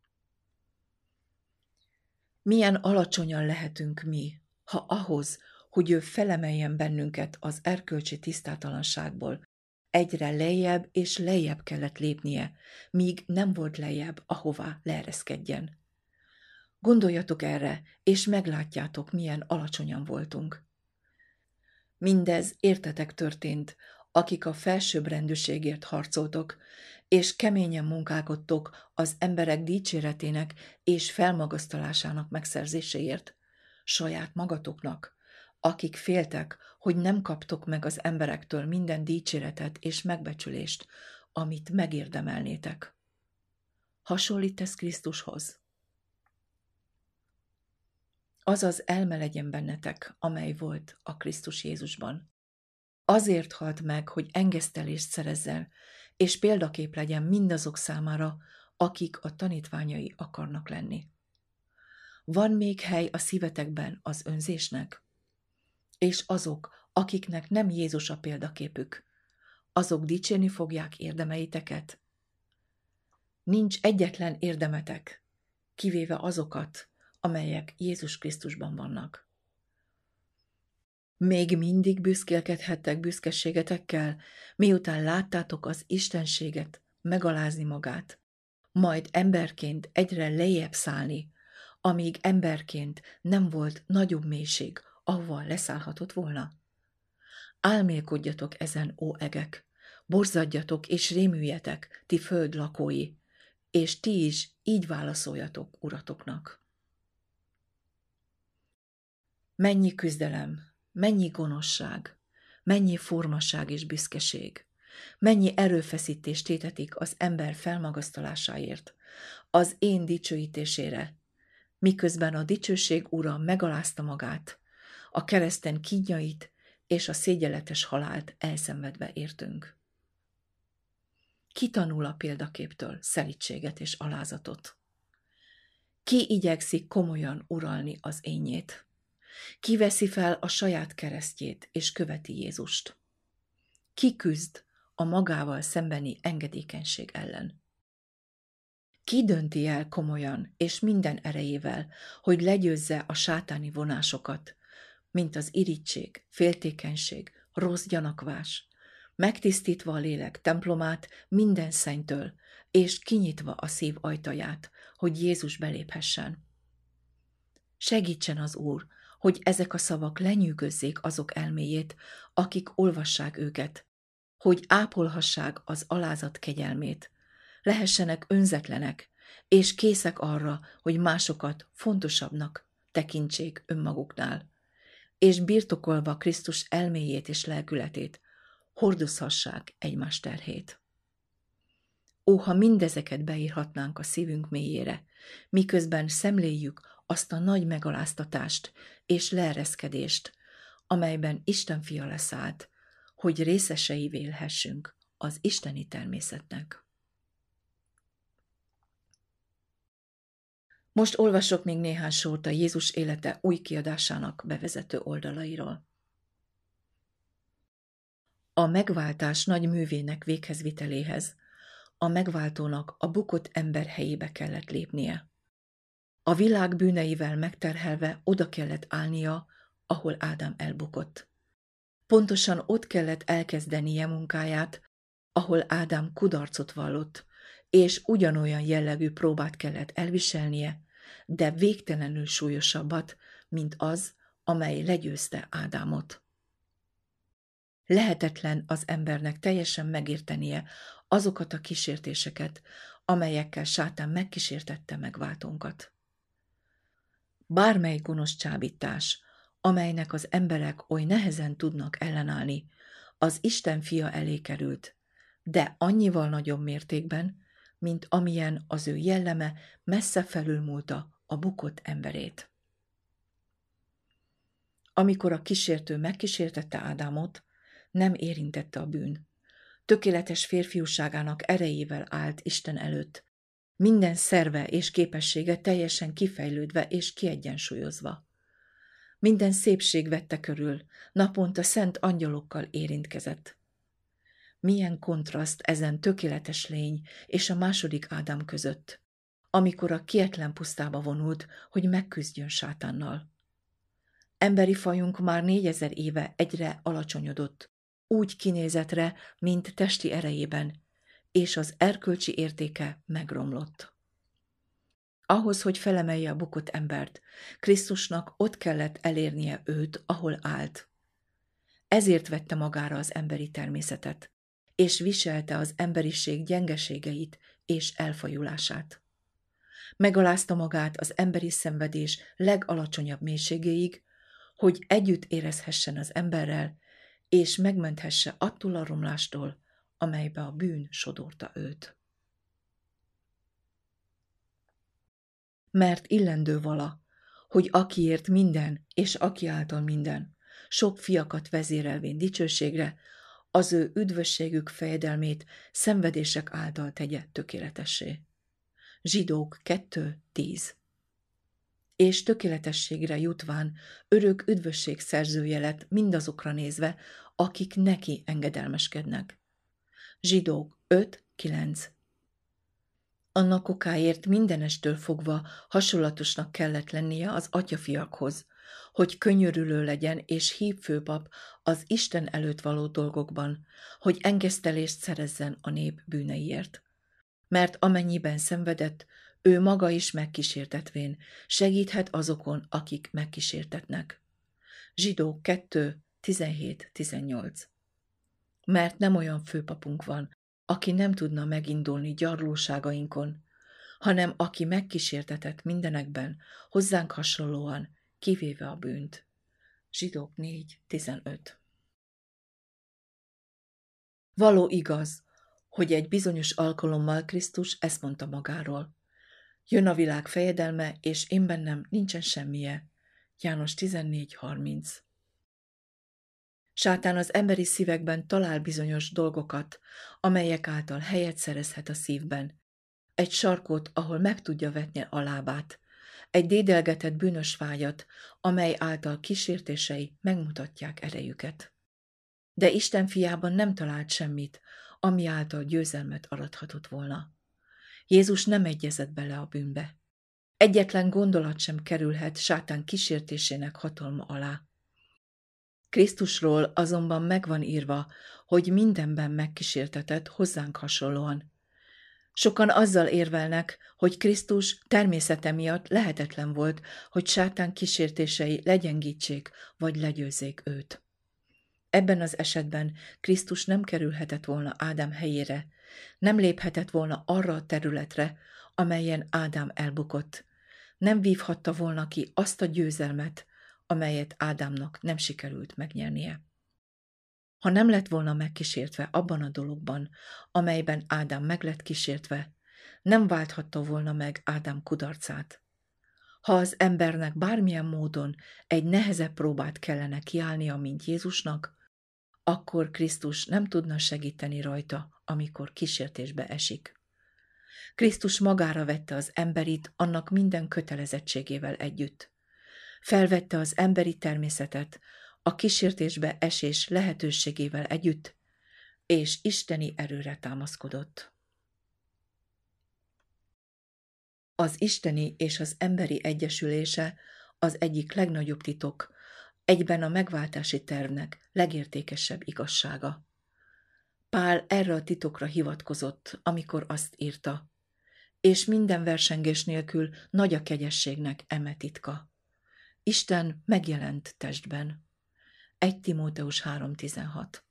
S1: Milyen alacsonyan lehetünk mi, ha ahhoz, hogy ő felemeljen bennünket az erkölcsi tisztátalanságból. Egyre lejjebb és lejjebb kellett lépnie, míg nem volt lejjebb, ahová leereszkedjen. Gondoljatok erre, és meglátjátok, milyen alacsonyan voltunk. Mindez értetek történt, akik a felsőbbrendűségért harcoltok, és keményen munkálkodtok az emberek dicséretének és felmagasztalásának megszerzéséért, saját magatoknak, akik féltek, hogy nem kaptok meg az emberektől minden dicséretet és megbecsülést, amit megérdemelnétek. Hasonlít ez Krisztushoz? Azaz elme legyen bennetek, amely volt a Krisztus Jézusban. Azért halt meg, hogy engesztelést szerezzen, és példakép legyen mindazok számára, akik a tanítványai akarnak lenni. Van még hely a szívetekben az önzésnek? És azok, akiknek nem Jézus a példaképük, azok dicsérni fogják érdemeiteket? Nincs egyetlen érdemetek, kivéve azokat, amelyek Jézus Krisztusban vannak. Még mindig büszkélkedhettek büszkeségetekkel, miután láttátok az istenséget megalázni magát, majd emberként egyre lejjebb szállni, amíg emberként nem volt nagyobb mélység, ahova leszállhatott volna? Álmélkodjatok ezen, ó egek, borzadjatok és rémüljetek, ti föld lakói, és ti is így válaszoljatok uratoknak. Mennyi küzdelem, mennyi gonoszság, mennyi formaság és büszkeség, mennyi erőfeszítést tétetik az ember felmagasztalásáért, az én dicsőítésére, miközben a dicsőség ura megalázta magát, a kereszten kínjait és a szégyenletes halált elszenvedve értünk. Ki tanul a példaképtől szelídséget és alázatot? Ki igyekszik komolyan uralni az énjét? Ki veszi fel a saját keresztjét és követi Jézust? Ki küzd a magával szembeni engedékenység ellen? Ki dönti el komolyan és minden erejével, hogy legyőzze a sátáni vonásokat, mint az irigység, féltékenység, rossz gyanakvás, megtisztítva a lélek templomát minden szennytől, és kinyitva a szív ajtaját, hogy Jézus beléphessen? Segítsen az Úr, hogy ezek a szavak lenyűgözzék azok elméjét, akik olvassák őket, hogy ápolhassák az alázat kegyelmét, lehessenek önzetlenek, és készek arra, hogy másokat fontosabbnak tekintsék önmaguknál, és birtokolva Krisztus elméjét és lelkületét, hordozhassák egymás terhét. Ó, ha mindezeket beírhatnánk a szívünk mélyére, miközben szemléljük azt a nagy megaláztatást és leereszkedést, amelyben Isten fia leszállt, hogy részeseivé lehessünk az isteni természetnek. Most olvasok még néhány sort a Jézus élete új kiadásának bevezető oldalairól. A megváltás nagy művének véghezviteléhez a megváltónak a bukott ember helyébe kellett lépnie. A világ bűneivel megterhelve oda kellett állnia, ahol Ádám elbukott. Pontosan ott kellett elkezdenie munkáját, ahol Ádám kudarcot vallott, és ugyanolyan jellegű próbát kellett elviselnie, de végtelenül súlyosabbat, mint az, amely legyőzte Ádámot. Lehetetlen az embernek teljesen megértenie azokat a kísértéseket, amelyekkel sátán megkísértette megváltónkat. Bármely gonosz csábítás, amelynek az emberek oly nehezen tudnak ellenállni, az Isten fia elé került, de annyival nagyobb mértékben, mint amilyen az ő jelleme messze felülmúlta a bukott emberét. Amikor a kísértő megkísértette Ádámot, nem érintette a bűn. Tökéletes férfiúságának erejével állt Isten előtt, minden szerve és képessége teljesen kifejlődve és kiegyensúlyozva. Minden szépség vette körül, naponta szent angyalokkal érintkezett. Milyen kontraszt ezen tökéletes lény és a második Ádám között, amikor a kietlen pusztába vonult, hogy megküzdjön sátánnal. Emberi fajunk már négyezer éve egyre alacsonyodott, úgy kinézetre, mint testi erejében, és az erkölcsi értéke megromlott. Ahhoz, hogy felemelje a bukott embert, Krisztusnak ott kellett elérnie őt, ahol állt. Ezért vette magára az emberi természetet, és viselte az emberiség gyengeségeit és elfajulását. Megalázta magát az emberi szenvedés legalacsonyabb mélységéig, hogy együtt érezhessen az emberrel, és megmenthesse attól a romlástól, amelybe a bűn sodorta őt. Mert illendő vala, hogy akiért minden, és aki által minden, sok fiakat vezérelvén dicsőségre, az ő üdvösségük fejedelmét szenvedések által tegye tökéletessé. Zsidók kettő tíz. És tökéletességre jutván örök üdvösség szerzője lett mindazokra nézve, akik neki engedelmeskednek. Zsidók öt kilenc. Annak okáért mindenestől fogva hasonlatosnak kellett lennie az atyafiakhoz, hogy könyörülő legyen és hívfőpap az Isten előtt való dolgokban, hogy engesztelést szerezzen a nép bűneiért. Mert amennyiben szenvedett, ő maga is megkísértetvén segíthet azokon, akik megkísértetnek. Zsidók kettő tizenhét tizennyolc. Mert nem olyan főpapunk van, aki nem tudna megindulni gyarlóságainkon, hanem aki megkísértetett mindenekben, hozzánk hasonlóan, kivéve a bűnt. Zsidók négy tizenöt. Való igaz, hogy egy bizonyos alkalommal Krisztus ezt mondta magáról. Jön a világ fejedelme, és én bennem nincsen semmije. János tizennégy harminc. Sátán az emberi szívekben talál bizonyos dolgokat, amelyek által helyet szerezhet a szívben. Egy sarkot, ahol meg tudja vetni a lábát. Egy dédelgetett bűnös vágyat, amely által kísértései megmutatják erejüket. De Isten fiában nem talált semmit, ami által győzelmet arathatott volna. Jézus nem egyezett bele a bűnbe. Egyetlen gondolat sem kerülhet sátán kísértésének hatalma alá. Krisztusról azonban megvan írva, hogy mindenben megkísértetett hozzánk hasonlóan. Sokan azzal érvelnek, hogy Krisztus természete miatt lehetetlen volt, hogy sátán kísértései legyengítsék vagy legyőzzék őt. Ebben az esetben Krisztus nem kerülhetett volna Ádám helyére, nem léphetett volna arra a területre, amelyen Ádám elbukott. Nem vívhatta volna ki azt a győzelmet, amelyet Ádámnak nem sikerült megnyernie. Ha nem lett volna megkísértve abban a dologban, amelyben Ádám meg lett kísértve, nem válthatta volna meg Ádám kudarcát. Ha az embernek bármilyen módon egy nehezebb próbát kellene kiállnia, mint Jézusnak, akkor Krisztus nem tudna segíteni rajta, amikor kísértésbe esik. Krisztus magára vette az emberit annak minden kötelezettségével együtt. Felvette az emberi természetet a kísértésbe esés lehetőségével együtt, és isteni erőre támaszkodott. Az isteni és az emberi egyesülése az egyik legnagyobb titok, egyben a megváltási tervnek legértékesebb igazsága. Pál erre a titokra hivatkozott, amikor azt írta, és minden versengés nélkül nagy a kegyességnek eme titka. Isten megjelent testben. egy Timóteus három tizenhat.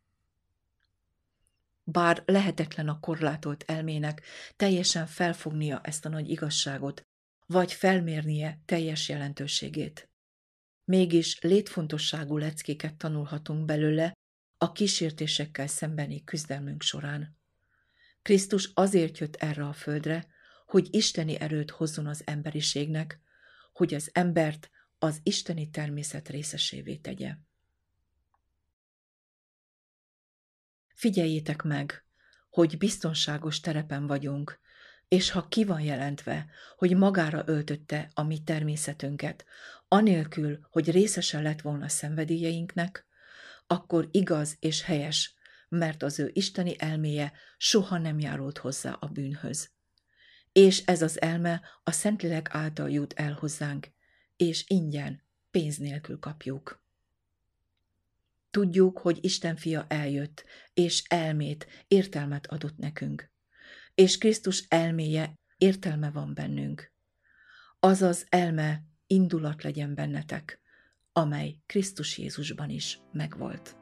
S1: Bár lehetetlen a korlátolt elmének teljesen felfognia ezt a nagy igazságot, vagy felmérnie teljes jelentőségét. Mégis létfontosságú leckéket tanulhatunk belőle a kísértésekkel szembeni küzdelmünk során. Krisztus azért jött erre a földre, hogy isteni erőt hozzon az emberiségnek, hogy az embert az isteni természet részesévé tegye. Figyeljétek meg, hogy biztonságos terepen vagyunk, és ha ki van jelentve, hogy magára öltötte a mi természetünket, anélkül, hogy részese lett volna szenvedélyeinknek, akkor igaz és helyes, mert az ő isteni elméje soha nem járult hozzá a bűnhöz. És ez az elme a Szentlélek által jut el hozzánk, és ingyen, pénz nélkül kapjuk. Tudjuk, hogy Isten fia eljött, és elmét, értelmet adott nekünk. És Krisztus elméje, értelme van bennünk. Azaz elme, indulat legyen bennetek, amely Krisztus Jézusban is megvolt.